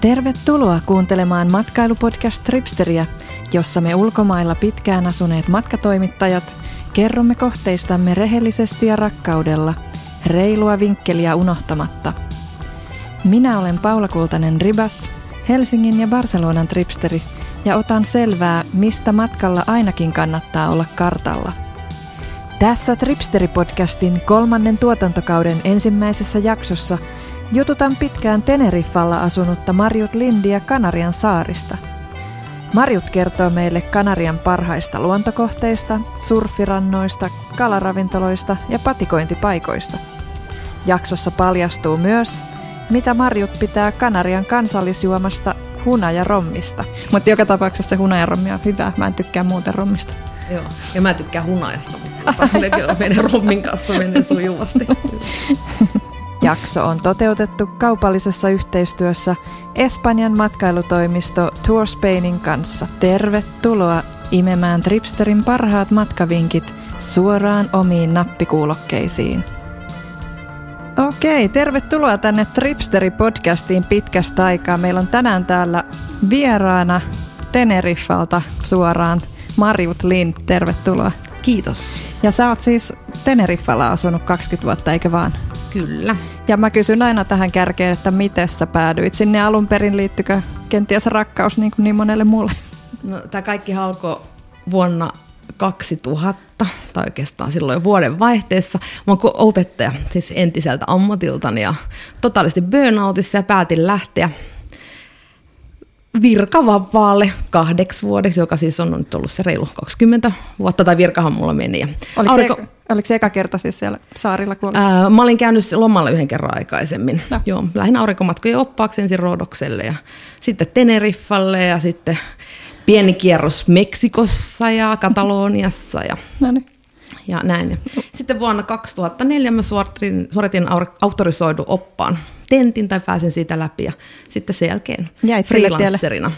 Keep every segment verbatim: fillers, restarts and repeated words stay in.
Tervetuloa kuuntelemaan matkailupodcast Tripsteriä, jossa me ulkomailla pitkään asuneet matkatoimittajat kerromme kohteistamme rehellisesti ja rakkaudella, reilua vinkkeliä unohtamatta. Minä olen Paula Kultanen-Ribas, Helsingin ja Barcelonan tripsteri, ja otan selvää, mistä matkalla ainakin kannattaa olla kartalla. Tässä Tripsteri-podcastin kolmannen tuotantokauden ensimmäisessä jaksossa jututan pitkään Teneriffalla asunutta Marjut Lindiä Kanarian saarista. Marjut kertoo meille Kanarian parhaista luontokohteista, surfirannoista, kalaravintoloista ja patikointipaikoista. Jaksossa paljastuu myös, mitä Marjut pitää Kanarian kansallisjuomasta hunajarommista. Mutta joka tapauksessa se hunajarommi on hyvä. Mä en tykkää muuten rommista. Joo, ja mä tykkään hunajasta, mutta meidän rommin kanssa menee sujuvasti. Jakso on toteutettu kaupallisessa yhteistyössä Espanjan matkailutoimisto Tour Spainin kanssa. Tervetuloa imemään Tripsterin parhaat matkavinkit suoraan omiin nappikuulokkeisiin. Okei, tervetuloa tänne Tripsteri-podcastiin pitkästä aikaa. Meillä on tänään täällä vieraana Teneriffalta suoraan Marjut Lind. Tervetuloa. Kiitos. Ja sä oot siis Teneriffalla asunut kaksikymmentä vuotta, eikö vaan? Kyllä. Ja mä kysyn aina tähän kärkeen, että miten sä päädyit sinne alun perin, liittyykö kenties rakkaus niin, kuin niin monelle muulle? No, tämä kaikki alkoi vuonna kaksituhatta, tai oikeastaan silloin vuoden vaihteessa. Mä oon opettaja, siis entiseltä ammatiltani, ja totaalisesti burnoutissa, ja päätin lähteä virkavapaalle kahdeksi vuodeksi, joka siis on nyt ollut se reilu kaksikymmentä vuotta, tai virkahan mulla meni. Ja oliko, aurinko... se, oliko se eka kerta siis siellä saarilla? Kun ää, mä olin käynyt lomalla yhden kerran aikaisemmin. No. Joo, lähdin aurinkomatkojen oppaaksi ensin Rodokselle ja sitten Teneriffalle ja sitten pieni kierros Meksikossa ja Kataloniassa ja, ja näin. Sitten vuonna kaksituhattaneljä mä suoritin, suoritin autorisoidun oppaan tentin tai pääsin siitä läpi ja sitten sen jälkeen freelancerina.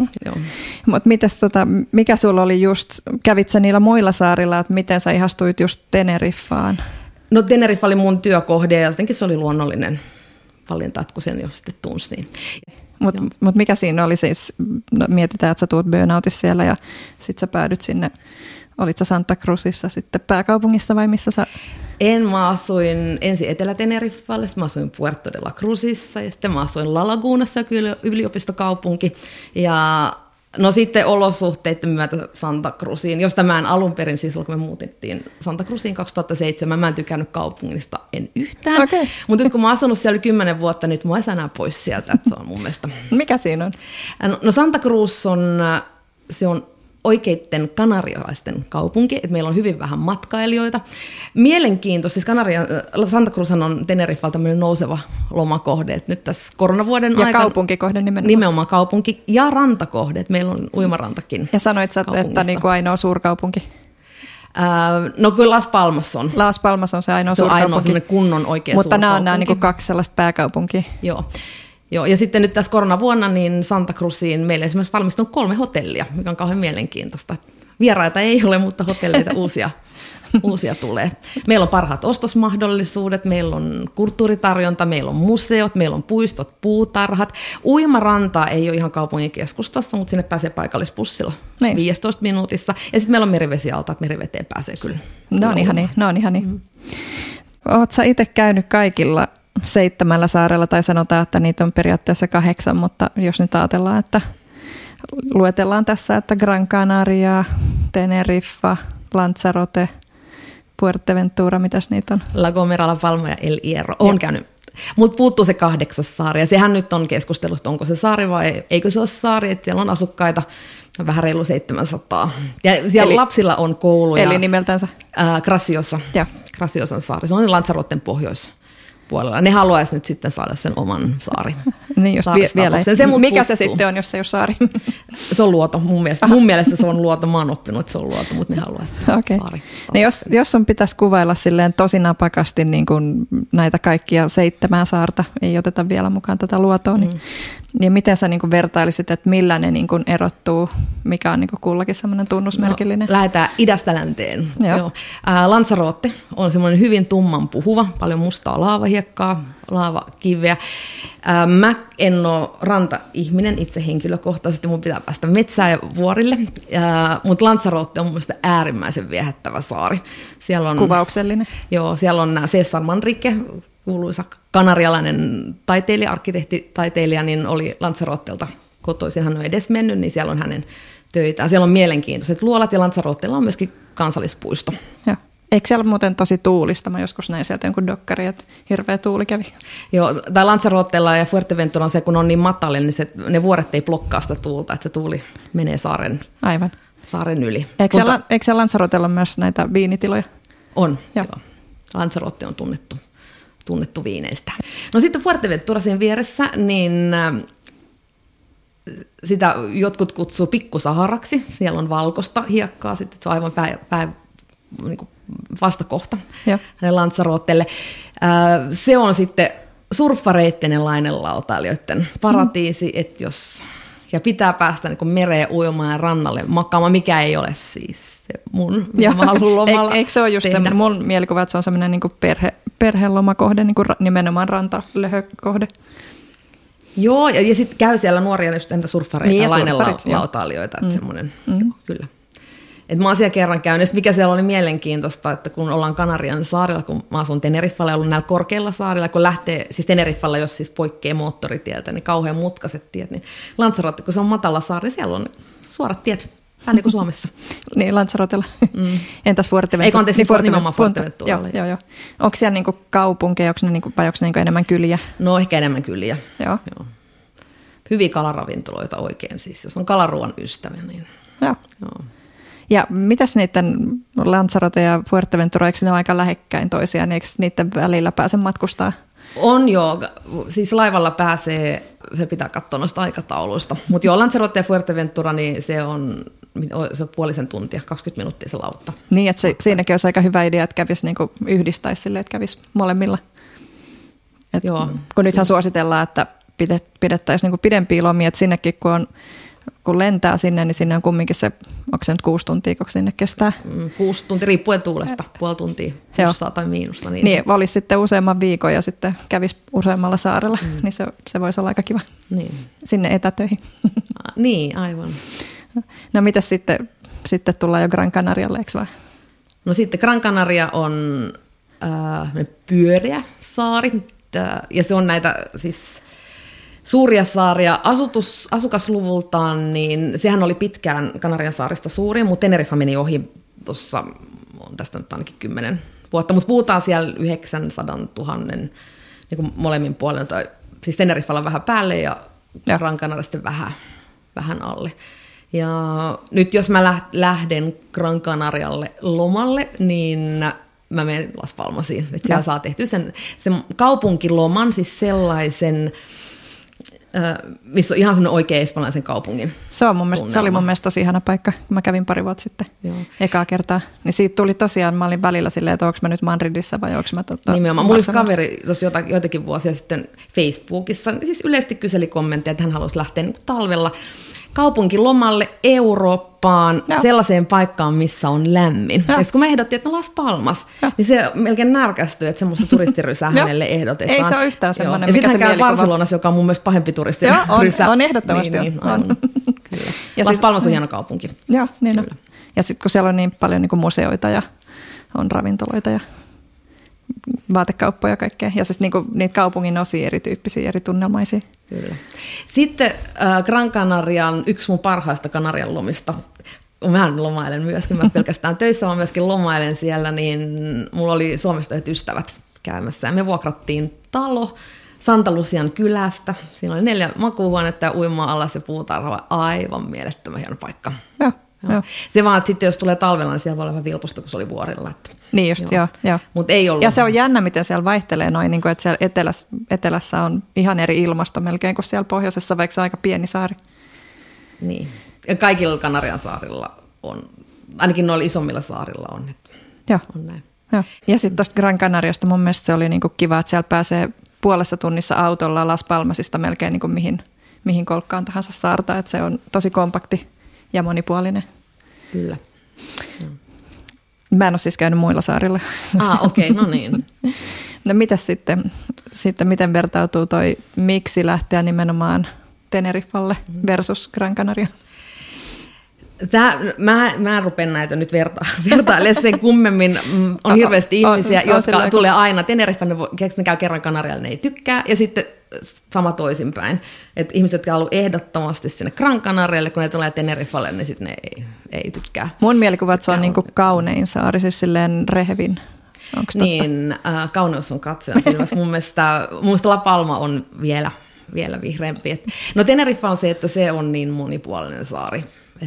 Mutta mitäs tota, mikä sulla oli just, kävit sä niillä muilla saarilla, että miten sä ihastuit just Teneriffaan? No Teneriffa oli mun työkohde ja jotenkin se oli luonnollinen valinta, että kun sen jo sitten tunsi. Niin. Mutta mut mikä siinä oli siis, no, mietitään, että sä tuut burnoutissa siellä ja sit sä päädyt sinne, olit sä Santa Cruzissa sitten pääkaupungissa vai missä sä? En, mä asuin ensin Etelä-Teneriffalle, sitten mä asuin Puerto de la Cruzissa ja sitten mä asuin La Lagunassa, yliopistokaupunki. Ja no sitten olosuhteiden myötä Santa Cruziin, josta mä en alun perin, siis kun me muutettiin Santa Cruziin kaksituhattaseitsemän, mä en tykännyt kaupungista, en yhtään. Okay. Mutta nyt kun mä oon asunut siellä kymmenen vuotta, nyt mä en enää pois sieltä, että se on mun mielestä. Mikä siinä on? No, no Santa Cruz on, se on oikeitten kanarialaisten kaupunki, että meillä on hyvin vähän matkailijoita. Mielenkiintoista, siis Kanaria, Santa Cruzhan on Teneriffalta tämmöinen nouseva lomakohde, että nyt tässä koronavuoden ja aikana... Ja kaupunkikohde nimenomaan. Nimenomaan kaupunki ja rantakohde, että meillä on uimarantakin. Ja sanoit sä, että niin kuin ainoa suurkaupunki? Äh, no kyllä Las Palmas on. Las Palmas on se ainoa se suurkaupunki. Se on suurkaupunki. ainoa kunnon oikea Mutta suurkaupunki. nämä on nämä niin kuin kaksi sellaista pääkaupunkia. Joo. Joo, ja sitten nyt tässä koronavuonna niin Santa Cruziin meillä esimerkiksi valmistunut kolme hotellia, mikä on kauhean mielenkiintoista. Vieraita ei ole, mutta hotelleita uusia, uusia tulee. Meillä on parhaat ostosmahdollisuudet, meillä on kulttuuritarjonta, meillä on museot, meillä on puistot, puutarhat. Uimarantaa ei ole ihan kaupungin keskustassa, mutta sinne pääsee paikallisbussilla niin. viisitoista minuutissa. Ja sitten meillä on merivesialtaat, meriveteen pääsee kyllä. No on ihania, no on ihania. Mm. Oletko sä itse käynyt kaikilla seitsemällä saarella, tai sanotaan, että niitä on periaatteessa kahdeksan, mutta jos nyt ajatellaan, että luetellaan tässä, että Gran Canaria, Teneriffa, Lanzarote, Fuerteventura, mitäs niitä on? La Gomera, La Palma ja El Hierro. Olen käynyt, mutta puuttuu se kahdeksas saari, ja sehän nyt on keskustelusta, onko se saari vai eikö se ole saari, että siellä on asukkaita vähän reilu seitsemänsataa. Ja siellä eli, lapsilla on kouluja. Eli nimeltänsä? Ää, Graciosa, Graciosan saari. Se on Lanzaroten pohjois. Puolella. Ne haluaisi nyt sitten saada sen oman saari. Niin just vielä. Se, mikä puuttuu. Se sitten on, jos se ei ole saari? Se on luoto. Mun mielestä, mun mielestä se on luoto. Mä oon oppinut, että se on luoto, mutta ne haluaisi okay. saari. No jos, jos on pitäisi kuvailla silleen tosi napakasti niin kuin näitä kaikkia seitsemää saarta, ei oteta vielä mukaan tätä luotoa, niin, mm. niin miten sä niin kuin vertailisit, että millä ne niin kuin erottuu, mikä on niin kuin kullakin semmoinen tunnusmerkillinen? No, lähdetään idästä länteen. Joo. Joo. Äh, Lanzarote on semmoinen hyvin tumman puhuva, paljon mustaa laavahiekkaa. hiekkaa, laavakiveä. Ää, mä en ole ranta-ihminen itse henkilökohtaisesti, mun pitää päästä metsään ja vuorille, mutta Lanzarote on mun mielestä äärimmäisen viehättävä saari. Siellä on, kuvauksellinen. Joo, siellä on César Manrique, kuuluisa kanarialainen taiteilija, arkkitehtitaiteilija, niin oli Lanzarotelta kotoisin, hän on edes mennyt, niin siellä on hänen töitään. Siellä on mielenkiintoiset luolat ja Lanzarotella on myöskin kansallispuisto. Joo. Eikö siellä muuten tosi tuulista? Mä joskus näin sieltä jonkun dokkari, että hirveä tuuli kävi. Joo, tai Lanzarotella ja Fuerteventura on se, kun on niin matala, niin se, ne vuoret ei blokkaa sitä tuulta, että se tuuli menee saaren, Aivan. saaren yli. Eikö Mutta, siellä, eikö siellä Lanzarotella myös näitä viinitiloja? On, joo. joo. Lanzarote on tunnettu, tunnettu viineistä. No sitten Fuerteventura siinä vieressä, niin sitä jotkut kutsuu pikkusaharaksi. Siellä on valkoista hiekkaa, sitten se on aivan pää, pää, niin kuin vastakohta hänen Lanzarotelle. Se on sitten surffareittinen lainelautailijoiden paratiisi, mm. että jos, ja pitää päästä niin kuin mereen uimaan ja rannalle makaamaan, mikä ei ole siis se mun, mitä mä haluan lomalla Eikö se ole just semmoinen, mun mielikuva, että se on semmoinen niin kuin perhe, perhelomakohde, niin kuin nimenomaan rantalöhökohde. Joo, ja, ja sitten käy siellä nuoria entä surffareita, niin, lainelautailijoita, että mm. semmoinen, mm. joo, kyllä. Et mä oon siellä kerran käynyt, mikä siellä oli mielenkiintoista, että kun ollaan Kanarian saarilla, kun mä asun Teneriffalla ja ollut näillä korkeilla saarilla, kun lähtee, siis Teneriffalla, jos siis poikkeaa moottoritieltä, niin kauhean mutkaiset tiet, niin Lanzarote, kun se on matala saari, siellä on suorat tiet, vähän niin kuin Suomessa. Niin, Lanzarotella. Mm. Entäs Fuerteventura? Ei, anteeksi, niin nimenomaan Fuerteventura. Joo, joo, joo. Onko siellä niinku kaupunkeja, onko ne niinku, vai onko ne niinku enemmän kyliä? No ehkä enemmän kyliä. Joo. joo. Hyviä kalaravintoloita oikein siis, jos on kalaruoan ystävä, niin joo. joo. Ja mitäs niiden Lanzarote ja Fuerteventura, eikö ne ole aika lähekkäin toisiaan, eikö niiden välillä pääse matkustaa? On joo, siis laivalla pääsee, se pitää katsoa noista aikatauluista, mutta joo, Lanzarote ja Fuerteventura, niin se on, se on puolisen tuntia, kaksikymmentä minuuttia se lautta. Niin, että se, siinäkin olisi aika hyvä idea, että kävisi niinku yhdistäisi silleen, että kävisi molemmilla. Et joo. Kun nythän suositellaan, että pidettäisiin niinku pidempiä lomia, että sinnekin kun on kun lentää sinne, niin sinne on kumminkin se, onko se nyt kuusi tuntia, kun sinne kestää? Mm, kuusi tuntia, riippuen tuulesta, puoli tuntia, plussaa tai miinusta. Niin, niin olisi sitten useamman viikon ja sitten kävisi useammalla saarella, mm. niin se, se voisi olla aika kiva niin. Sinne etätöihin. Niin, aivan. No mitäs sitten, sitten tullaan jo Gran Canarialle, eikö vai? No sitten Gran Canaria on äh, pyöreä saari, ja se on näitä siis suuria saaria. Asutus, asukasluvultaan, niin sehän oli pitkään Kanarian saarista suurin, mutta Teneriffa meni ohi tuossa, on tästä nyt ainakin kymmenen vuotta, mutta puhutaan siellä yhdeksänsadantuhannen niin kuin molemmin puolin, tai siis Teneriffalla vähän päälle ja, ja. Gran Canaria sitten vähän, vähän alle. Ja nyt jos mä lähden Gran Canarialle lomalle, niin mä menen Las Palmasiin, että siellä saa tehtyä sen, sen kaupunkiloman, siis sellaisen, missä on ihan semmoinen oikea espanjalaisen kaupungin. Se, on mun mielestä, se oli mun mielestä tosi ihana paikka, kun mä kävin pari vuotta sitten Joo. ekaa kertaa. Niin siitä tuli tosiaan, mä olin välillä silleen, että onko mä nyt Madridissa vai onko mä totta. Nimenomaan. Mulla olisi kaveri tuossa joitakin vuosia sitten Facebookissa, siis yleisesti kyseli kommentteja, että hän halusi lähteä niin talvella kaupunkilomalle Eurooppaan, Joo. sellaiseen paikkaan, missä on lämmin. Ja kun me ehdottiin, että no Las Palmas, Joo. niin se melkein närkästyi, että semmoista turistirysää hänelle ehdotetaan. Ei se ole yhtään semmoinen, mikä se mielikuva. Ja sitten hän käy Barcelonassa, joka on mun mielestä pahempi turistirysä. Joo, on, on ehdottomasti. Niin, niin, on. Kyllä. Ja Las siis, Palmas on hieno kaupunki. Joo, niin on. Ja sitten kun siellä on niin paljon niin kuin museoita ja on ravintoloita ja vaatekauppoja ja kaikkea. Ja siis niinku niitä kaupungin osia erityyppisiä, eri tunnelmaisia. Kyllä. Sitten äh, Gran Canarian, yksi mun parhaista Kanarian lomista, mä lomailen myöskin, mä pelkästään töissä, vaan myöskin lomailen siellä, niin mulla oli Suomesta ystävät käymässä. Ja me vuokrattiin talo Santa Lucian kylästä. Siinä oli neljä makuuhuonetta ja uimaa alas ja puutarha. Aivan mielettömän hieno paikka. Joo. Joo. Se vaan, että sitten jos tulee talvella, niin siellä voi olla vähän vilpusta, kun se oli vuorilla. Että, niin just, joo. joo, joo. Mut ei ollut. Ja se on jännä, miten siellä vaihtelee noin, niin kuin, että siellä etelässä, etelässä on ihan eri ilmasto melkein kuin siellä pohjoisessa, vaikka se on aika pieni saari. Niin. Ja kaikilla Kanarian saarilla on, ainakin noilla isommilla saarilla on, että joo. on näin. Joo. Ja sitten tuosta Gran Canariasta mun mielestä se oli niin kuin kiva, että siellä pääsee puolessa tunnissa autolla Las Palmasista melkein niin kuin mihin, mihin kolkkaan tahansa saarta, että se on tosi kompakti ja monipuolinen. Kyllä. Mä en ole siis käynyt muilla saarilla. Ah, okei, okay, no niin. No mitäs sitten, sitten, miten vertautuu toi, miksi lähteä nimenomaan Teneriffalle versus Gran Canaria? Tää, mä, mä en rupea näitä nyt verta, vertailemaan sen kummemmin. On hirveästi ihmisiä, on, on, jotka on tulee aina Teneriffaan, ne, ne käy kerran Kanarialla, ne ei tykkää, ja sitten sama toisinpäin. Et ihmiset, jotka haluaa ehdottomasti sinne Gran Canarialle, kun ne tulee Teneriffalle, niin sitten ne ei, ei tykkää. Mun mielikuva, että se on niinku kaunein saari, siis silleen rehevin. Onko totta? Niin, äh, kauneus on katsojan silmässä. Mun mielestä, mun mielestä La Palma on vielä, vielä vihreämpi. Et, no Teneriffa on se, että se on niin monipuolinen saari. Et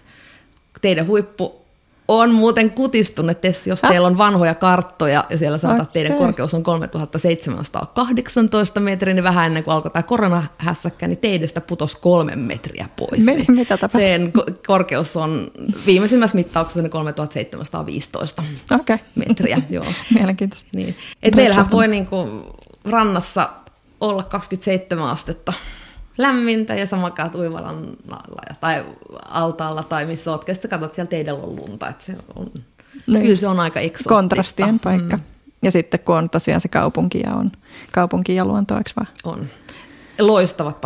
teidän huippu on muuten kutistunut, jos ah. teillä on vanhoja karttoja ja siellä sanotaan, että teidän korkeus on kolmetuhattaseitsemänsataakahdeksantoista metriä, niin vähän ennen kuin alkoi tämä koronahässäkkä, niin teidestä putosi kolme metriä pois. Meni, niin mitä tapahtui? sen korkeus on viimeisimmässä mittauksessa kolmetuhattaseitsemänsataaviisitoista okay. metriä. Joo. Mielenkiintoista. Niin. Et meillähän voi niinku rannassa olla kaksikymmentäseitsemän astetta lämmintä ja samankaan uimarannalla tai altaalla tai missä olet. Sitten katsot, siellä teidellä on lunta. Että se on, niin. Kyllä se on aika eksoottista. Kontrastien paikka. Mm. Ja sitten kun on tosiaan se kaupunki ja on kaupunki ja luonto, eikö vaan? On. Loistavat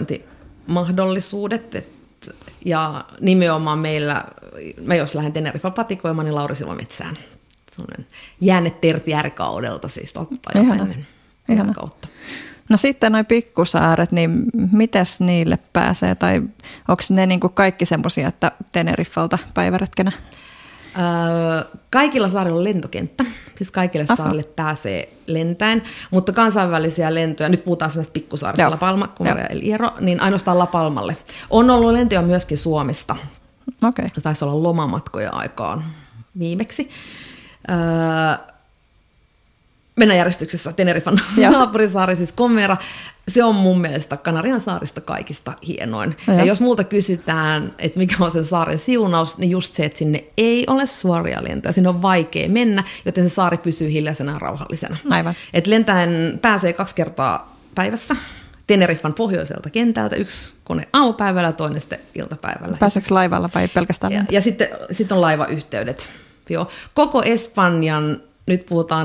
patikointimahdollisuudet. Et, ja nimenomaan meillä, mä jos lähden Teneriffaan patikoimaan, niin Laurisilman metsään. Sellainen jännetertiärikaudelta siis totta. Ihana. Ihana. Kautta. No sitten noi pikkusaaret, niin mitäs niille pääsee? Tai onko ne niinku kaikki semmoisia, että Teneriffalta päiväretkenä? Öö, kaikilla saarilla on lentokenttä, siis kaikille Aha. saarille pääsee lentäen, mutta kansainvälisiä lentoja, nyt puhutaan näistä pikkusaarista, La Palma, Comeria, El Hierro, niin ainoastaan La Palmalle. On ollut lentoja myöskin Suomesta. Okay. Se taisi olla lomamatkoja aikaan viimeksi. Öö, Mennään järjestyksessä Teneriffan naapurisaari, siis Comera. Se on mun mielestä Kanarian saarista kaikista hienoin. Ja, ja jos multa kysytään, että mikä on sen saaren siunaus, niin just se, että sinne ei ole suoria lentoja. Sinne on vaikea mennä, joten se saari pysyy hiljaisena ja rauhallisena. Aivan. Et lentäen pääsee kaksi kertaa päivässä Teneriffan pohjoiselta kentältä. Yksi kone aamupäivällä ja toinen sitten iltapäivällä. Pääseekö laivalla vai pelkästään Ja, ja sitten, sitten on laivayhteydet. Joo. Koko Espanjan, nyt puhutaan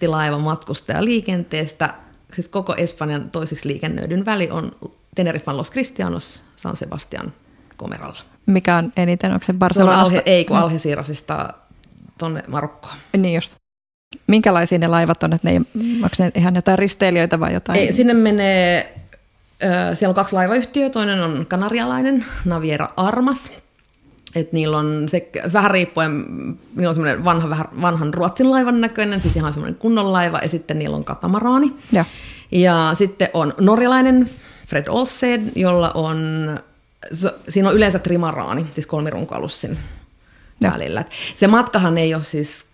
reittilaivamatkustajaliikenteestä, siis koko Espanjan toisiksi liikennöidyn väli on Teneriffan Los Cristianos, San Sebastian, Comeralla. Mikä on eniten, onko se Barcelonasta? Se on Alhe, ei, kun Algecirsista tuonne Marokkoon. Niin just. Minkälaisia ne laivat on, että ne ei, onko ne ihan jotain risteilijöitä vai jotain? Ei, sinne menee, äh, siellä on kaksi laivayhtiöä, toinen on kanarialainen, Naviera Armas. Että niillä on se, vähän riippuen, niillä on semmoinen vanha, vähän, vanhan Ruotsin laivan näköinen, siis ihan semmoinen kunnon laiva, ja sitten niillä on katamaraani. Ja, ja sitten on norjalainen Fred Olsen, jolla on, siinä on yleensä trimaraani, siis kolmirunkoalussin välillä. Et se matkahan ei ole siis,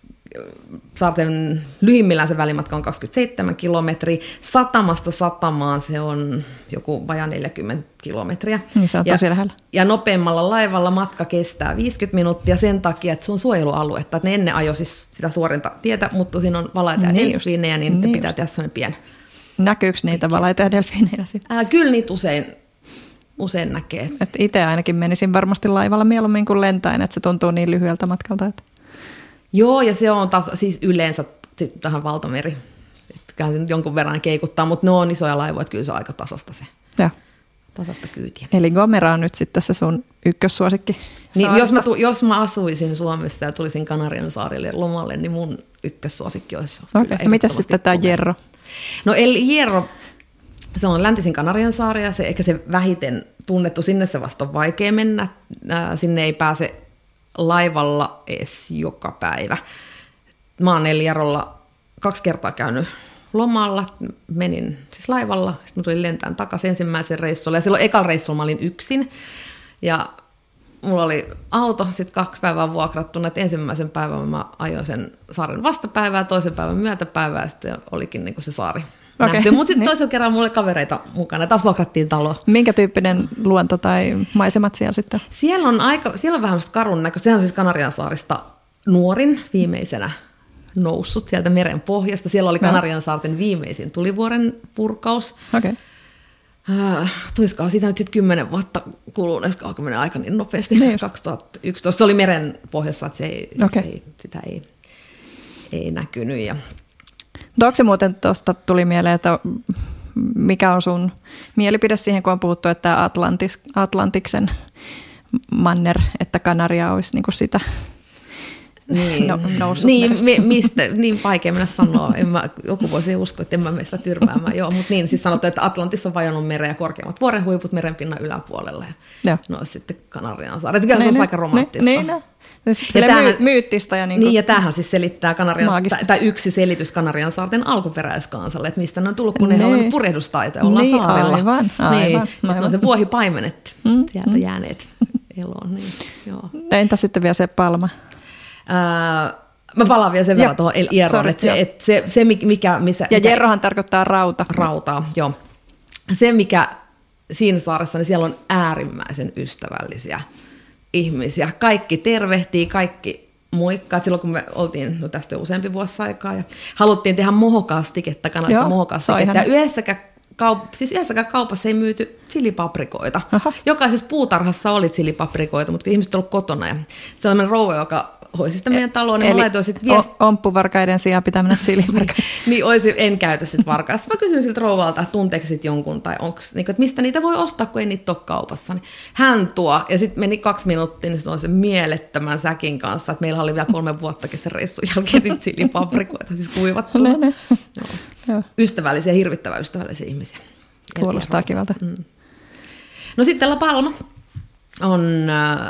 saarten lyhimmillään se välimatka on kaksikymmentäseitsemän kilometriä, satamasta satamaan se on joku vajaa neljäkymmentä kilometriä. Niin se on tosi ja, lähellä. Ja nopeammalla laivalla matka kestää viisikymmentä minuuttia sen takia, että se on suojelualuetta. Että ne ennen ajoi siis sitä suorinta tietä, mutta siinä on valaita ja niin delfiinejä, niin, niin pitää tehdä sellainen pieni. Näkyykö niitä valaita ja delfiinejä siinä? Äh, kyllä niitä usein, usein näkee. Itse ainakin menisin varmasti laivalla mieluummin kuin lentäen, että se tuntuu niin lyhyeltä matkalta. Että... Joo, ja se on taas, siis yleensä sitten tähän valtameri. Kyllä se nyt jonkun verran keikuttaa, mutta ne on isoja laivoja, että kyllä se on aika tasasta se. Ja. Tasasta kyytiä. Eli Gomera on nyt sitten se sun ykkössuosikki. Niin, jos, mä tu, jos mä asuisin Suomessa ja tulisin Kanarian saarille lomalle, niin mun ykkössuosikki olisi. Okei, okay. Mitäs sitten tämä Hierro? No El Hierro, se on läntisin Kanarian saari ja se, eikä se vähiten tunnettu, sinne se vasta on vaikea mennä. Ää, sinne ei pääse laivalla edes joka päivä. Mä oon El Hierrolla kaksi kertaa käynyt lomalla, menin siis laivalla, sitten mä tulin lentämään takaisin ensimmäisen reissulle, ja silloin ekalla reissulla mä olin yksin, ja mulla oli auto sitten kaksi päivää vuokrattuna, että ensimmäisen päivän mä ajoin sen saaren vastapäivää, toisen päivän myötäpäivää, ja sitten olikin niin kuin se saari okay. nähty. Mutta sitten niin. Toisella kerralla mulla oli kavereita mukana, taas vuokrattiin talo. Minkä tyyppinen luonto tai maisemat siellä sitten? Siellä on, aika, siellä on vähän karun näköistä, sehän on siis Kanarian saarista nuorin viimeisenä noussut sieltä meren pohjasta. Siellä oli Kanarian saarten viimeisin tulivuoren purkaus. Okay. Äh, tulisikohan siitä nyt sitten kymmenen vuotta kuluneessa, kauanko menee aika niin nopeasti, niin kaksituhattayksitoista. Se oli meren pohjassa, että se ei, okay. se ei, sitä ei, ei näkynyt. Ja... Onko se muuten tuosta tuli mieleen, että mikä on sun mielipide siihen, kun on puhuttu, että Atlantis, Atlantiksen manner, että Kanaria olisi niin kuin sitä niin, no, noussut niin, mi, mistä, niin vaikea mennä sanoa. En mä, joku voisi uskoa, että en mä meistä tyrmäämään. Joo, mutta niin, siis sanottu, että Atlantis on vajonnut meren ja korkeammat vuorenhuiput merenpinnan yläpuolella. Ja no sitten Kanarian saaret. Kyllä se on aika romanttista. Niin, niin. Siis tämähän, my, myyttistä. Ja niin, niin ja tämähän siis selittää Kanarian, tai, tai yksi selitys Kanarian saarten alkuperäiskansalle, että mistä ne on tullut, kun ne on purjehdustaitoja, ollaan niin, saarella. Aivan, aivan, niin, aivan. Ne on se vuohipaimenet, mm, sieltä mm. jääneet eloon. Niin, joo. Entä sitten vielä se Palma? Äh, mä palaan vielä sen verran tuohon El Hierroon, että se, et se, se mikä... Missä, ja mikä, Hierrohan tarkoittaa rauta. Rautaa, joo. Se, mikä siinä saaressa, niin siellä on äärimmäisen ystävällisiä ihmisiä. Kaikki tervehtii, kaikki moikkaa. Silloin kun me oltiin, no tästä jo useampi vuosi aikaa, ja haluttiin tehdä mohokastiketta, kanadista mohokastiketta, ja yhdessäkään, kaup- siis yhdessäkään kaupassa ei myyty chilipaprikoita. Aha. Jokaisessa puutarhassa oli chilipaprikoita, mutta ihmiset olivat kotona, ja sellainen rouva, joka hoisi sitä meidän taloon, niin mä laitoin sitten viesti... omppuvarkaiden sijaan pitää mennä chilivarkaista. niin, olisi, en käytä sitten varkaista. Mä kysyin siltä rouvalta, että tunteeko sit jonkun, tai onks, niin, että mistä niitä voi ostaa, kun ei niitä ole kaupassa. Niin hän tuo, ja sitten meni kaksi minuuttia, niin se mielettömän säkin kanssa, että meillä oli vielä kolme vuottakin sen reissun jälkeen niitä chilipaprikoita, siis kuivattuna. Ne, ne. Joo. Joo. Ystävällisiä, hirvittävän ystävällisiä ihmisiä. Kuulostaa kivalta. Mm. No sitten La Palma on... Äh,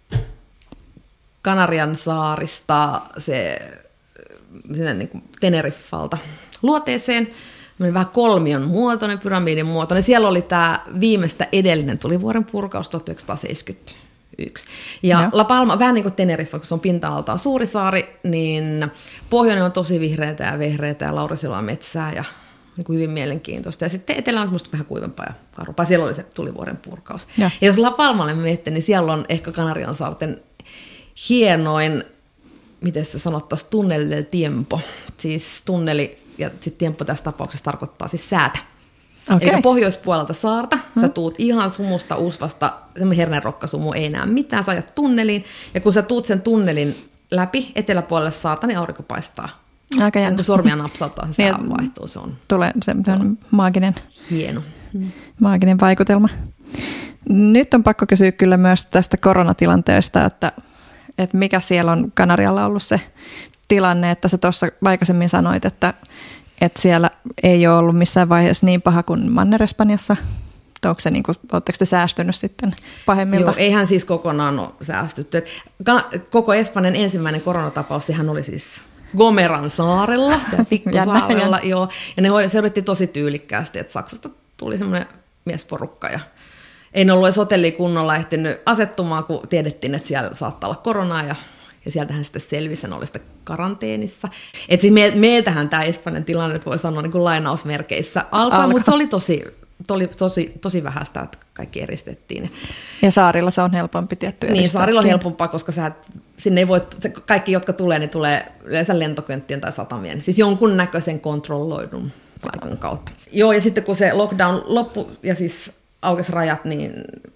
Kanarian saarista se niin kuin Teneriffalta luoteeseen. Vähän kolmion muotoinen, pyramidin muotoinen. Siellä oli tämä viimeistä edellinen tulivuoren purkaus tuhatyhdeksänsataaseitsemänkymmentäyksi. Ja no. La Palma, vähän niin kuin Teneriffa, kun se on pinta-alaltaan suuri saari, niin pohjoinen on tosi vihreätä ja vehreätä ja laurisilaa metsää ja niin kuin hyvin mielenkiintoista. Ja sitten etelä on semmoista vähän kuivempaa ja karumpaa. Siellä oli se tulivuoren purkaus. Ja, ja jos La Palmalle miettii, niin siellä on ehkä Kanarian saarten hienoin, miten se sanottaisiin, tunnel del tiempo. Siis tunneli, ja sitten tiempo tässä tapauksessa tarkoittaa siis säätä. Okay. Eli pohjoispuolelta saarta, hmm. sä tuut ihan sumusta usvasta, semmoinen hernerokkasumu, ei näe mitään, sä ajat tunneliin, ja kun sä tuut sen tunnelin läpi eteläpuolelle saarta, niin aurinko paistaa. Aika jännä. Kun sormia napsauttaa, se niin, vaihtuu, se on... Tulee semmoinen maaginen, hieno. Hmm. maaginen vaikutelma. Nyt on pakko kysyä kyllä myös tästä koronatilanteesta, että että mikä siellä on Kanarialla ollut se tilanne, että sä tuossa aikaisemmin sanoit, että, että siellä ei ole ollut missään vaiheessa niin paha kuin Manner-Espanjassa. Onko se niin kuin, oletteko te säästynyt sitten pahemmilta? Joo, eihän siis kokonaan ole säästytty. Et koko Espanjan ensimmäinen koronatapaus, sehän oli siis Gomeran saarella, siellä pikkusaarella, joo. Ja ne se hoidettiin tosi tyylikkäästi, että Saksasta tuli semmoinen miesporukka ja ei ollut edes hotellia kunnolla ehtinyt asettumaan, kun tiedettiin, että siellä saattaa olla koronaa, ja, ja sieltähän sitten selvisi, oli sitten karanteenissa. Et siis me, meiltähän tämä Espanjan tilanne, voi sanoa niin kuin lainausmerkeissä, alkaa, Alka. mutta se oli tosi, tosi, tosi, tosi vähäistä, että kaikki eristettiin. Ja saarilla se on helpompi tietty eristää. Niin, saarilla on helpompaa, koska sä, sinne ei voi, kaikki, jotka tulee, niin tulee yleensä lentokenttien tai satamien, siis jonkun näköisen kontrolloidun paikan kautta. Joo, ja sitten kun se lockdown loppui, ja siis aukesi rajat, niin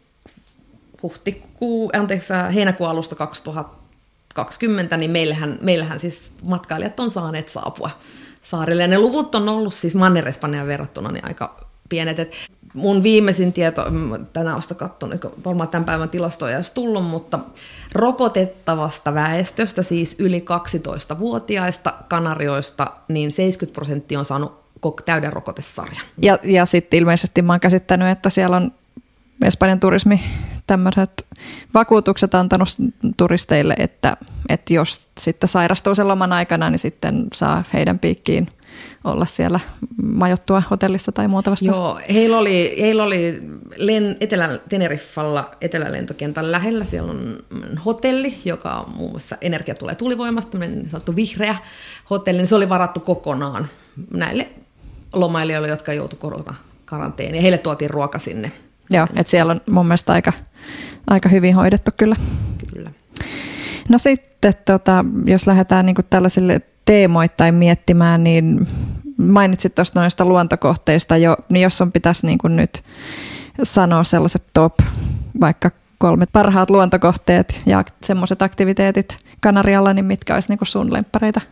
huhtikuu, anteeksi, heinäkuun alusta kaksituhattakaksikymmentä, niin meillähän, meillähän siis matkailijat on saaneet saapua saarille. Ja ne luvut on ollut siis Manner-Espanjaan verrattuna niin aika pienet. Et mun viimeisin tieto, tänään olen katsonut, varmaan tämän päivän tilastoja ei olisi tullut, mutta rokotettavasta väestöstä, siis yli kaksitoistavuotiaista Kanarioista, niin seitsemänkymmentä prosenttia on saanut täyden rokotesarjan. Ja, ja sitten ilmeisesti mä oon käsittänyt, että siellä on Espanjan turismi tämmöiset vakuutukset antanut turisteille, että, että jos sitten sairastuu sen loman aikana, niin sitten saa heidän piikkiin olla siellä majoittua hotellissa tai muuta vastaan. Joo, heillä oli, heillä oli len, Etelä-Teneriffalla etelälentokentän lähellä, siellä on hotelli, joka on muun muassa energia tulee tulivoimasta, niin sanottu vihreä hotelli, niin se oli varattu kokonaan näille lomailijoille, jotka joutuivat koronakaranteeniin, ja heille tuotiin ruoka sinne. Joo, että siellä on mun mielestä aika, aika hyvin hoidettu kyllä. Kyllä. No sitten, tota, jos lähdetään niin kuin tällaisille teemoittain miettimään, niin mainitsit tuosta noista luontokohteista jo, niin jos on pitäisi niin kuin nyt sanoa sellaiset top, vaikka kolme parhaat luontokohteet ja semmoiset aktiviteetit Kanarialla, niin mitkä olisi niin kuin sun lemppareita?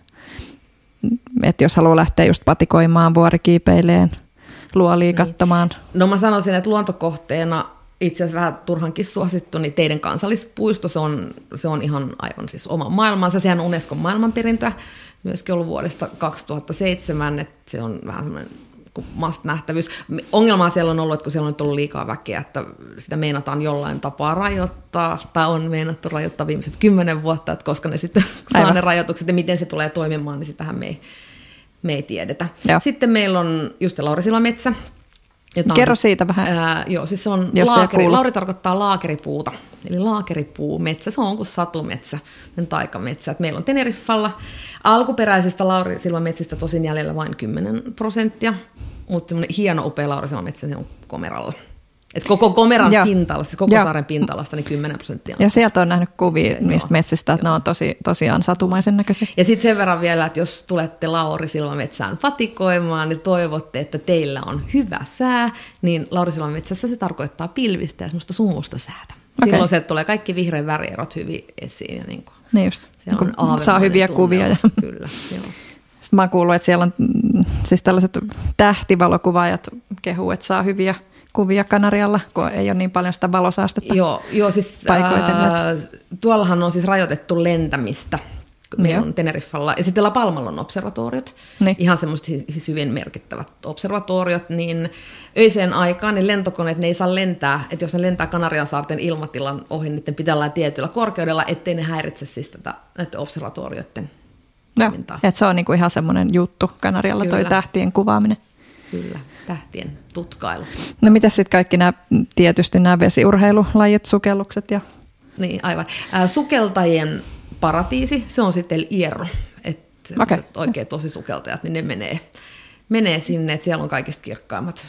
Että jos haluaa lähteä just patikoimaan, vuorikiipeileen, luolia katsomaan. Niin. No mä sanoisin, että luontokohteena itse asiassa vähän turhankin suosittu, niin teidän kansallispuisto, se on, se on ihan aivan siis oma maailmansa. Sehän on Unescon maailmanperintöä, myöskin ollut vuodesta kaksituhattaseitsemän, että se on vähän semmoinen must-nähtävyys. Ongelmaa siellä on ollut, että kun siellä on nyt ollut liikaa väkeä, että sitä meinataan jollain tapaa rajoittaa, tai on meinattu rajoittaa viimeiset kymmenen vuotta, että koska ne sitten saa Aivan. ne rajoitukset ja miten se tulee toimimaan, niin sitähän me ei, me ei tiedetä. Joo. Sitten meillä on just Laurisillan metsä. Kerro siitä vähän. Ää, joo, siis se on laakeri. Lauri tarkoittaa laakeripuuta, eli laakeripuu, metsä, se on kuin satumetsä, taikametsä. Et meillä on Teneriffalla alkuperäisistä Laurisillan metsistä tosin jäljellä vain kymmenen prosenttia, mutta semmoinen hieno upea Laurisillan metsä, se on Komeralla. Et koko Komeran ja. pinta-alasta, siis koko ja. saaren pinta-alasta, niin kymmenen prosenttia. Ja sieltä on nähnyt kuvia se, niistä joo, metsistä, että joo. ne on tosi, tosiaan satumaisen näköisiä. Ja sitten sen verran vielä, että jos tulette Laurisillan metsään patikoimaan, niin toivotte, että teillä on hyvä sää, niin Laurisillan metsässä se tarkoittaa pilvistä ja semmoista sumusta säätä. Okay. Silloin se tulee kaikki vihreän värierot hyvin esiin. Ja niin kuin, niin just, niin saa hyviä kuvia. Ja. Kyllä, joo. Sitten mä oon kuullut, että siellä on siis tällaiset tähtivalokuvaajat kehuu, että saa hyviä kuvia Kanarialla, kun ei ole niin paljon sitä valosaastetta joo, joo, siis, ää, tuollahan on siis rajoitettu lentämistä. Meillä on Teneriffalla. Ja sitten La Palmalla on observatoriot. Niin. Ihan semmoiset siis hyvin merkittävät observatoriot. Niin öiseen aikaan niin lentokoneet ne ei saa lentää. Että jos ne lentää Kanarian saarten ilmatilan ohi, niiden pitää olla tietyllä korkeudella, ettei ne häiritse siis tätä, näiden observatorioiden toimintaa. Että se on niinku ihan semmoinen juttu Kanarialla toi tähtien kuvaaminen. Kyllä, tähtien tutkailu. No mitä sitten kaikki nämä, tietysti nämä vesiurheilulajit, sukellukset ja... Niin, aivan. Äh, sukeltajien paratiisi, se on sitten El Hierro. Että okay. oikein tosi sukeltajat, niin ne menee, menee sinne, että siellä on kaikista kirkkaimmat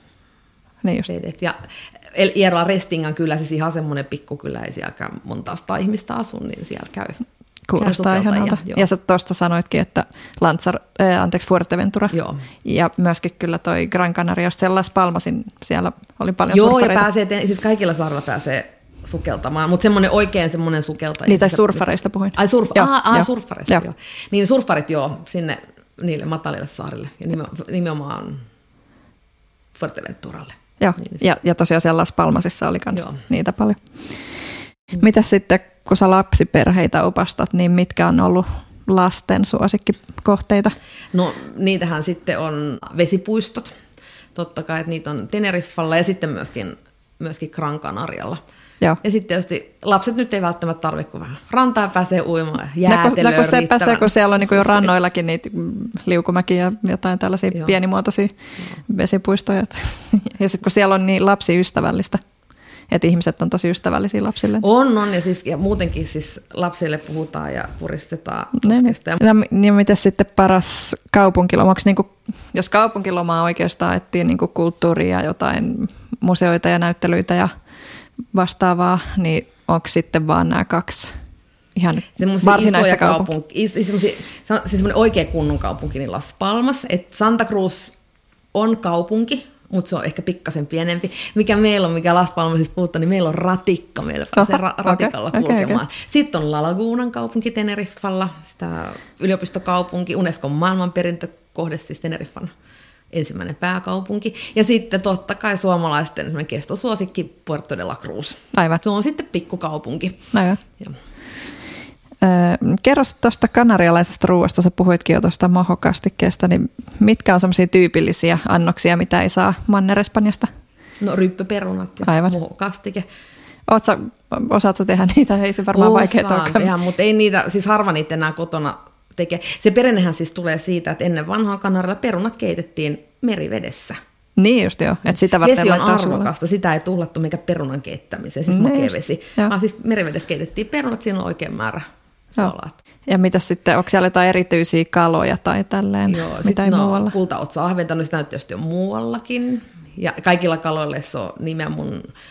niin vedet. Ja El Hierro Restingan kyllä, siis ihan semmoinen pikkukylä, ei sielläkään montaa ihmistä asu, niin siellä käy. Kuulostaa ihanalta. Ja sä tuosta sanoitkin, että Lanzar, äh, anteeksi, Fuerteventura. Joo. Ja myöskin kyllä toi Gran Canaria, jos siellä Las Palmasin, siellä oli paljon joo, surfareita. Joo, ja pääsee, siis kaikilla saarilla pääsee sukeltamaan, mutta semmoinen oikein semmoinen sukeltaja. Niitä surfareista puhuin. Ai, surf, joo, aa, aa, surfareista, joo. joo. Niin surfarit joo, sinne niille matalille saarille ja nimenomaan Fuerteventuralle. Joo, niin, ja, ja tosiaan siellä Las Palmasissa oli myös niitä paljon. Mm. Mitäs sitten, kun sä lapsiperheitä opastat, niin mitkä on ollut lasten suosikkikohteita? No niitähän sitten on vesipuistot, totta kai, että niitä on Teneriffalla ja sitten myöskin, myöskin Gran Canarialla. Joo. Ja sitten tietysti lapset nyt ei välttämättä tarvitse, kun vähän rantaa pääsee uimaan ja jäätelöä no, kun se pääsee, kun siellä on niin jo rannoillakin niitä liukumäkiä ja jotain tällaisia Joo. pienimuotoisia Joo. vesipuistoja. Ja sitten kun siellä on niin lapsiystävällistä, että ihmiset on tosi ystävällisiä lapsille. On, on. Ja, siis, ja muutenkin siis lapsille puhutaan ja puristetaan poskesta. No, ja miten sitten paras kaupunkiloma? Onko niinku, jos kaupunkilomaa oikeastaan etsii niinku kulttuuria ja jotain museoita ja näyttelyitä ja vastaavaa, niin onko sitten vaan nämä kaksi ihan varsinaista kaupunkia? Siis semmoinen oikea kunnon kaupunki, niin Las Palmas. Et Santa Cruz on kaupunki, mutta se on ehkä pikkasen pienempi. Mikä meillä on, mikä Las Palmasissa puhuttaa, niin meillä on ratikka. Meillä pääsee ra- ratikalla okay, kulkemaan. Okay, okay. Sitten on La Lagunan kaupunki Teneriffalla, sitä yliopistokaupunki, Unescon maailmanperintökohde, siis Teneriffan ensimmäinen pääkaupunki. Ja sitten totta kai suomalaisten kestosuosikki Puerto de la Cruz. Aivan. Se on sitten pikkukaupunki. Aivan. Ja. Öö, kerro tuosta kanarialaisesta ruuasta, sä puhuitkin jo tuosta mohokastikkeesta, niin mitkä on semmoisia tyypillisiä annoksia, mitä ei saa Manner-Espanjasta? No ryppyperunat ja Aivan. mohokastike. Ootko, osaatko tehdä niitä? Ei se varmaan vaikeaa olekaan. Tehdä, mutta ei niitä, siis harva niitä enää kotona tekee. Se perinnehän siis tulee siitä, että ennen vanhaa Kanarialla perunat keitettiin merivedessä. Niin just joo, että sitä varten vesi on arvokasta, sulle. Sitä ei tuhlattu mikä perunan keittämiseen, siis ne makea vesi, vaan siis merivedessä keitettiin perunat, siinä on oikein määrä salaat. Ja mitä sitten, onko siellä jotain erityisiä kaloja tai tälleen, joo, mitä ei no, muualla? Kultaotsa ahventa, no sitä nyt tietysti on muuallakin, ja kaikilla kaloilla se on nimeä mun,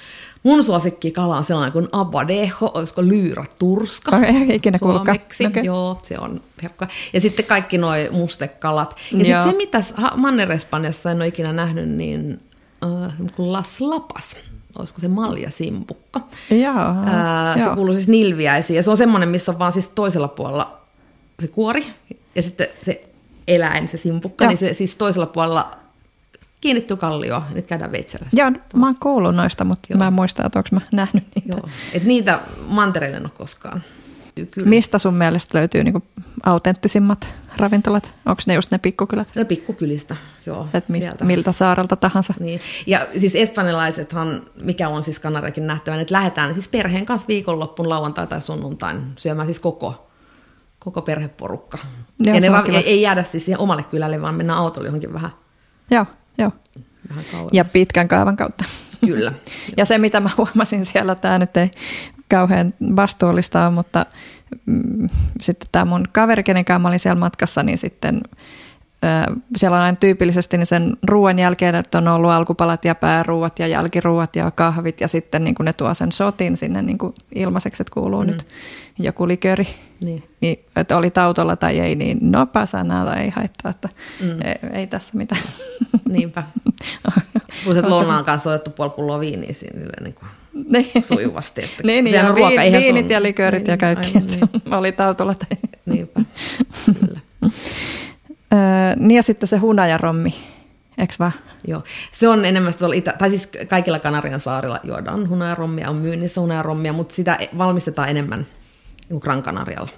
Mun suosikkikala on sellainen kuin abadejo, olisiko lyyraturska ei ikinä suomeksi. Okay. Joo, se on herkkoa. Ja sitten kaikki nuo mustekalat. Ja sitten se, mitä Manner-Espanjassa en ole ikinä nähnyt, niin äh, las lapas. Olisiko se maljasimpukka. Jaa, Ää, se kuuluu siis nilviäisiin. Ja se on semmoinen, missä on vaan siis toisella puolella se kuori. Ja sitten se eläin, se simpukka, Joo. niin se siis toisella puolella kiinnittyy kallioon. Nyt käydään veitsellä. Joo, mä oon kuullut noista, mutta Joo. mä en muista, että onko mä nähnyt niitä. Joo. Et niitä mantereille en ole koskaan. Kyllä. Mistä sun mielestä löytyy niinku autenttisimmat ravintolat? Onko ne just ne pikkukylät? Ne pikkukylistä, joo. Et mist, miltä saarelta tahansa. Niin. Ja siis espanjalaisethan, mikä on siis Kanariakin nähtävän, että lähdetään siis perheen kanssa viikonloppun lauantai tai sunnuntain syömään siis koko, koko perheporukka. Joo, ja ne rav- ei, ei jäädä siis siihen omalle kylälle, vaan mennään autolla johonkin vähän, joo, joo. vähän kauemmas. Ja pitkän kaavan kautta. Kyllä. Ja se, mitä mä huomasin siellä, tämä nyt ei kauhean vastuullista ole, mutta mm, sitten tämä mun kaveri, kenenkään mä olin siellä matkassa, niin sitten ö, siellä on aina tyypillisesti niin sen ruoan jälkeen, että on ollut alkupalat ja pääruuat ja jälkiruuat ja kahvit ja sitten niin kun ne tuo sen shotin sinne niin kun ilmaiseksi, että kuuluu mm. nyt joku liköri. Niin. Niin, että oli autolla tai ei, niin nopa sanaa ei haittaa, että mm. ei, ei tässä mitään. Niinpä. Plus, että lounaan kanssa otettu puoli pulloa viiniä sinne niin kuin niin. sujuvasti. Että niin, niin ja ruoka, viin, viinit on, ja liköörit niin, ja kaikki, aivan, niin. Oli autolla. Tai. Niinpä, kyllä. Niin ja sitten se hunajarommi, eikö vaan? Joo, se on enemmän tuolla Itä, tai siis kaikilla Kanarian saarilla juodaan hunajarommia, on myynnissä hunajarommia, mutta sitä valmistetaan enemmän kuin Gran Canarialla.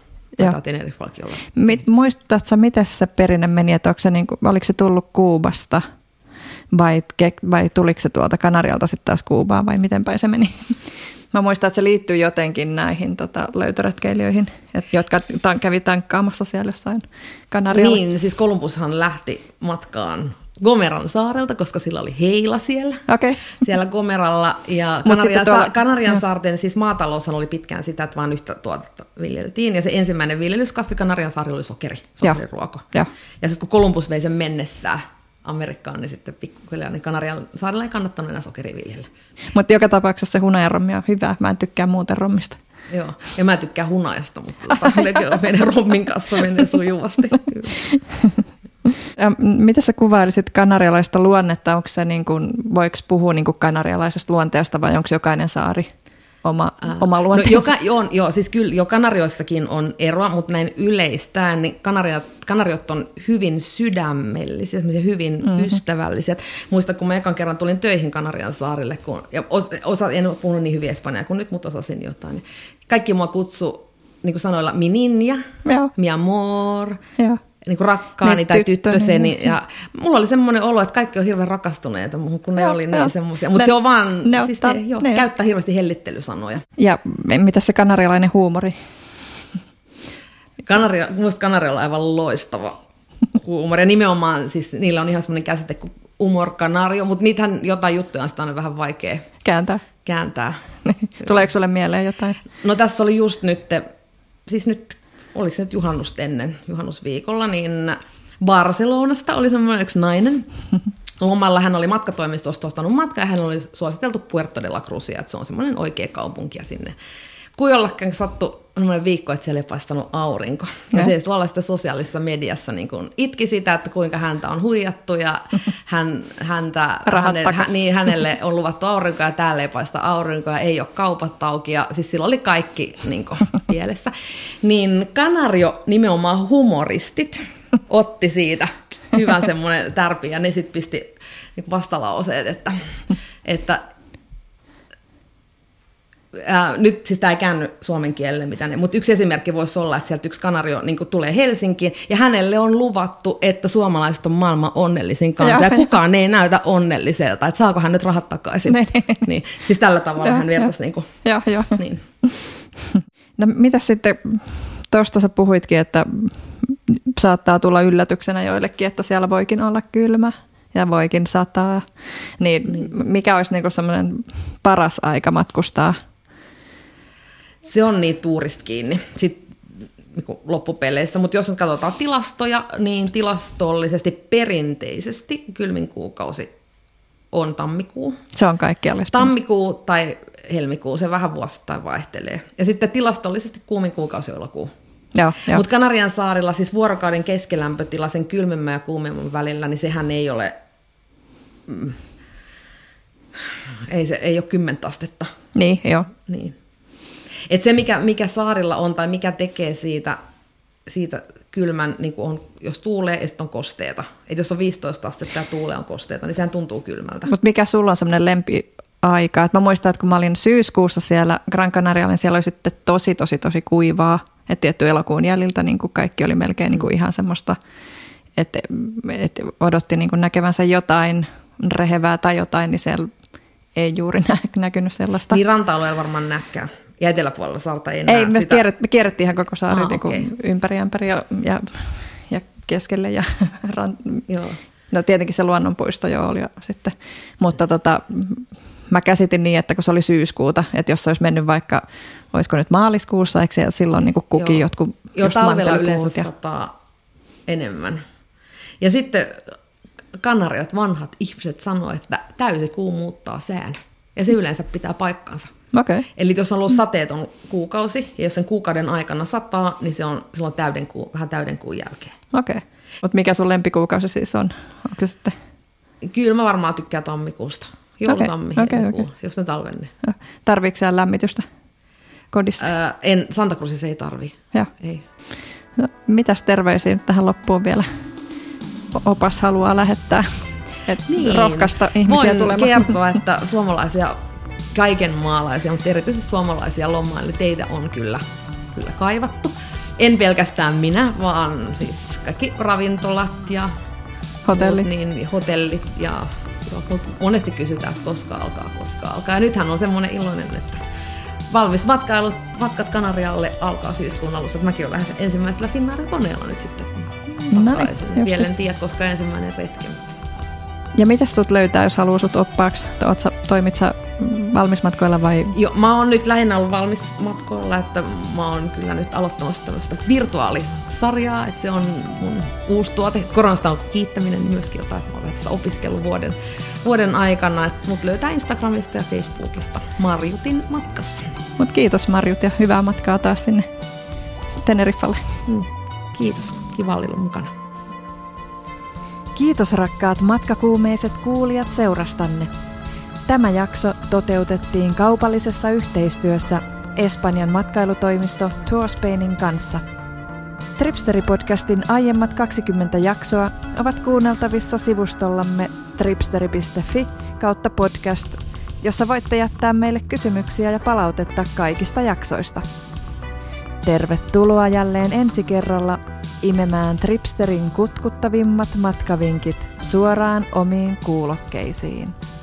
Muistatko, miten se perinne meni, että se niin kuin, oliko se tullut Kuubasta vai, vai tuliko se tuolta Kanarialta sitten taas Kuubaan vai miten päin se meni? Mä muistan, että se liittyy jotenkin näihin tota, löytöretkeilijöihin, et, jotka tan- kävi tankkaamassa siellä jossain Kanarialla. Niin, siis Kolumbushan lähti matkaan Gomeran saarelta, koska sillä oli heila siellä, okay. siellä Gomeralla. Ja Kanarian, tuolla, sa- Kanarian jo. saarten siis maataloushan oli pitkään sitä, että vain yhtä tuotetta viljeltiin. Ja se ensimmäinen viljelyskasvi Kanarian saarilla oli sokeri, sokeriruoko. Ja, ja sitten kun Kolumbus vei sen mennessään Amerikkaan, niin sitten pikkuhiljaa niin Kanarian saarella ei kannattanut enää sokeriviljellä. Mutta joka tapauksessa se hunajarommi on hyvä. Mä en tykkää muuten rommista. Joo, ja mä tykkään hunajasta, mutta meidän rommin kanssa menee sujuvasti. Miten sä kuvailisit kanarialaista luonnetta? Onko se niin kuin, voiko puhua niin kuin kanarialaisesta luonteesta vai onko jokainen saari oma, äh, oma luonteensa? No, joka, on, joo, siis kyllä jo Kanarioissakin on eroa, mutta näin yleistään, niin kanariat, kanariot on hyvin sydämellisiä, hyvin mm-hmm. ystävällisiä. Muistan, kun mä ekan kerran tulin töihin Kanarian saarille, kun, ja osa, en puhunut niin hyvin espanjaa kuin nyt, mutta osasin jotain. Niin kaikki mua kutsu niin kuin sanoilla mi niña, joo. mi amor, joo. Niin kuin rakkaani ne tai tyttö, tyttöseni. Niin, ja mulla oli semmoinen olo, että kaikki on hirveän rakastuneita muuhun, kun ne joo, oli niin semmoisia. Mutta se on vaan, ne siis ottaa, ne, joo, ne käyttää hirveästi hellittely-sanoja. Ja mitä se kanarialainen huumori? Kanaria, muista Kanarialla on aivan loistava huumori. Ja nimenomaan, siis niillä on ihan semmoinen käsite kuin humor canario, mutta niitähän jotain juttuja on sitä on vähän vaikea kääntää. kääntää. Tuleeko sulle mieleen jotain? No tässä oli just nyt, siis nyt oliko se nyt juhannusta ennen, juhannusviikolla, niin Barcelonasta oli semmoinen yksi nainen. Lomalla hän oli matkatoimistosta ostanut matkaa ja hän oli suositeltu Puerto de la Cruzia, että se on semmoinen oikea kaupunki ja sinne. Kujollakin sattui semmoinen viikko, että siellä ei paistanut aurinko. Ja se tuolla sitten sosiaalisessa mediassa niin kuin itki sitä, että kuinka häntä on huijattu ja hän, häntä, hänelle, hän, niin, hänelle on luvattu aurinko ja täällä ei paista aurinko ja ei ole kaupat auki. Ja siis sillä oli kaikki niin kuin pielessä. Niin Kanario nimenomaan humoristit otti siitä hyvän semmoinen tärpi ja ne sitten pisti niin vastalauseet, että, että Ää, nyt sitä ei käänny suomen kielelle mitään, mutta yksi esimerkki voisi olla, että sieltä yksi kanario niin tulee Helsinkiin ja hänelle on luvattu, että suomalaiset on maailman onnellisin kansa ja, ja kukaan ei näytä onnelliselta, että saako hän nyt rahat takaisin. Ne, ne. Niin, siis tällä tavalla ja, hän vertaisi. Niin kuin, ja, ja. Niin. No mitä sitten, tuosta sä puhuitkin, että saattaa tulla yllätyksenä joillekin, että siellä voikin olla kylmä. Ja voikin sataa. Niin, niin. Mikä olisi niinku semmoinen paras aika matkustaa? Se on niin tuurista kiinni sitten niinku loppupeleissä. Mutta jos nyt katsotaan tilastoja, niin tilastollisesti perinteisesti kylmin kuukausi on tammikuu. Se on kaikkialla Espanjassa. Tammikuu tai helmikuu, se vähän vuosittain vaihtelee. Ja sitten tilastollisesti kuumin kuukausi on elokuu. Mutta Kanarian saarilla siis vuorokauden keskilämpötila sen kylmemmän ja kuumemman välillä, niin sehän ei ole, mm, ei, se, ei ole kymmentä astetta. Niin, joo. Niin. Et se, mikä, mikä saarilla on tai mikä tekee siitä, siitä kylmän, niin on, jos tuulee ja sitten on kosteeta. Et jos on viisitoista astetta ja tuulee on kosteeta, niin sehän tuntuu kylmältä. Mutta mikä sulla on semmoinen lempiaika? Et mä muistan, että kun mä olin syyskuussa siellä Gran Canarialla, niin siellä oli sitten tosi, tosi, tosi kuivaa. Että tietty elokuun jäljiltä niin kuin kaikki oli melkein niin kuin ihan semmoista, että, että odotti niin kuin näkevänsä jotain rehevää tai jotain, niin siellä ei juuri nä- näkynyt sellaista. Niin ranta-alueella varmaan näkää. Ja eteläpuolella saarta ei näe ei, me, sitä. kierret, me kierrettiin ihan koko saari ah, niin kuin okay. ympäri ämpäri ja, ja, ja keskelle. Ja ran... Joo. No tietenkin se luonnonpuisto jo oli sitten, mutta tota, mä käsitin niin, että kun se oli syyskuuta, että jos se olisi mennyt vaikka, olisiko nyt maaliskuussa, eikö se silloin niin kuin kuki Joo. jotkut Joo, talvella yleensä ja... sataa enemmän. Ja sitten Kanariat, vanhat ihmiset sanoo, että täysi kuu muuttaa sään. Ja se yleensä pitää paikkansa. Okay. Eli jos on ollut sateeton kuukausi, ja jos sen kuukauden aikana sataa, niin se on silloin täyden kuu, vähän täyden kuun jälkeen. Okei. Okay. Mutta mikä sun lempikuukausi siis on? Onko sitten? Kyllä mä varmaan tykkään tammikuusta. Joulutammi, okay. Okay, okay. jos ne talvenne. Tarviiko siellä lämmitystä kodissa? Öö, en, Santa Cruzissa ei tarvi. Joo. Ei. No, mitäs terveisiä nyt tähän loppuun vielä opas haluaa lähettää? Et niin. Rohkaista ihmisiä Voin tulemaan. Voin kertoa, että suomalaisia, kaiken maalaisia, mutta erityisesti suomalaisia lomaille teitä on kyllä, kyllä kaivattu. En pelkästään minä, vaan siis kaikki ravintolat ja hotellit, muut, niin, hotellit ja joo, monesti kysytään, että koska alkaa, koska alkaa. Ja nythän on semmoinen iloinen, että valmis matkailu, matkat Kanarialle alkaa syyskuun alussa. Mäkin olen lähes ensimmäisellä Finnairin koneella nyt sitten takaisin. Vielä en tiedä, koska ensimmäinen retki. Ja mitäs sut löytää, jos haluaa sut oppaaksi? Sä, toimit sä valmismatkoilla vai? Joo, mä oon nyt lähinnä ollut valmismatkoilla, että mä oon kyllä nyt aloittamassa tämmöistä virtuaalisarjaa, että se on mun uusi tuote. Koronasta on kiittäminen myöskin jotain, että mä olen tässä opiskellut vuoden, vuoden aikana, että mut löytää Instagramista ja Facebookista Marjutin matkassa. Mut kiitos Marjut ja hyvää matkaa taas sinne Teneriffalle. Mm. Kiitos, kiva olla mukana. Kiitos rakkaat matkakuumeiset kuulijat seurastanne. Tämä jakso toteutettiin kaupallisessa yhteistyössä Espanjan matkailutoimisto Tourspainin kanssa. Tripsteri-podcastin aiemmat kaksikymmentä jaksoa ovat kuunneltavissa sivustollamme tripsteri piste fi kautta podcast, jossa voitte jättää meille kysymyksiä ja palautetta kaikista jaksoista. Tervetuloa jälleen ensi kerralla imemään Tripsterin kutkuttavimmat matkavinkit suoraan omiin kuulokkeisiin.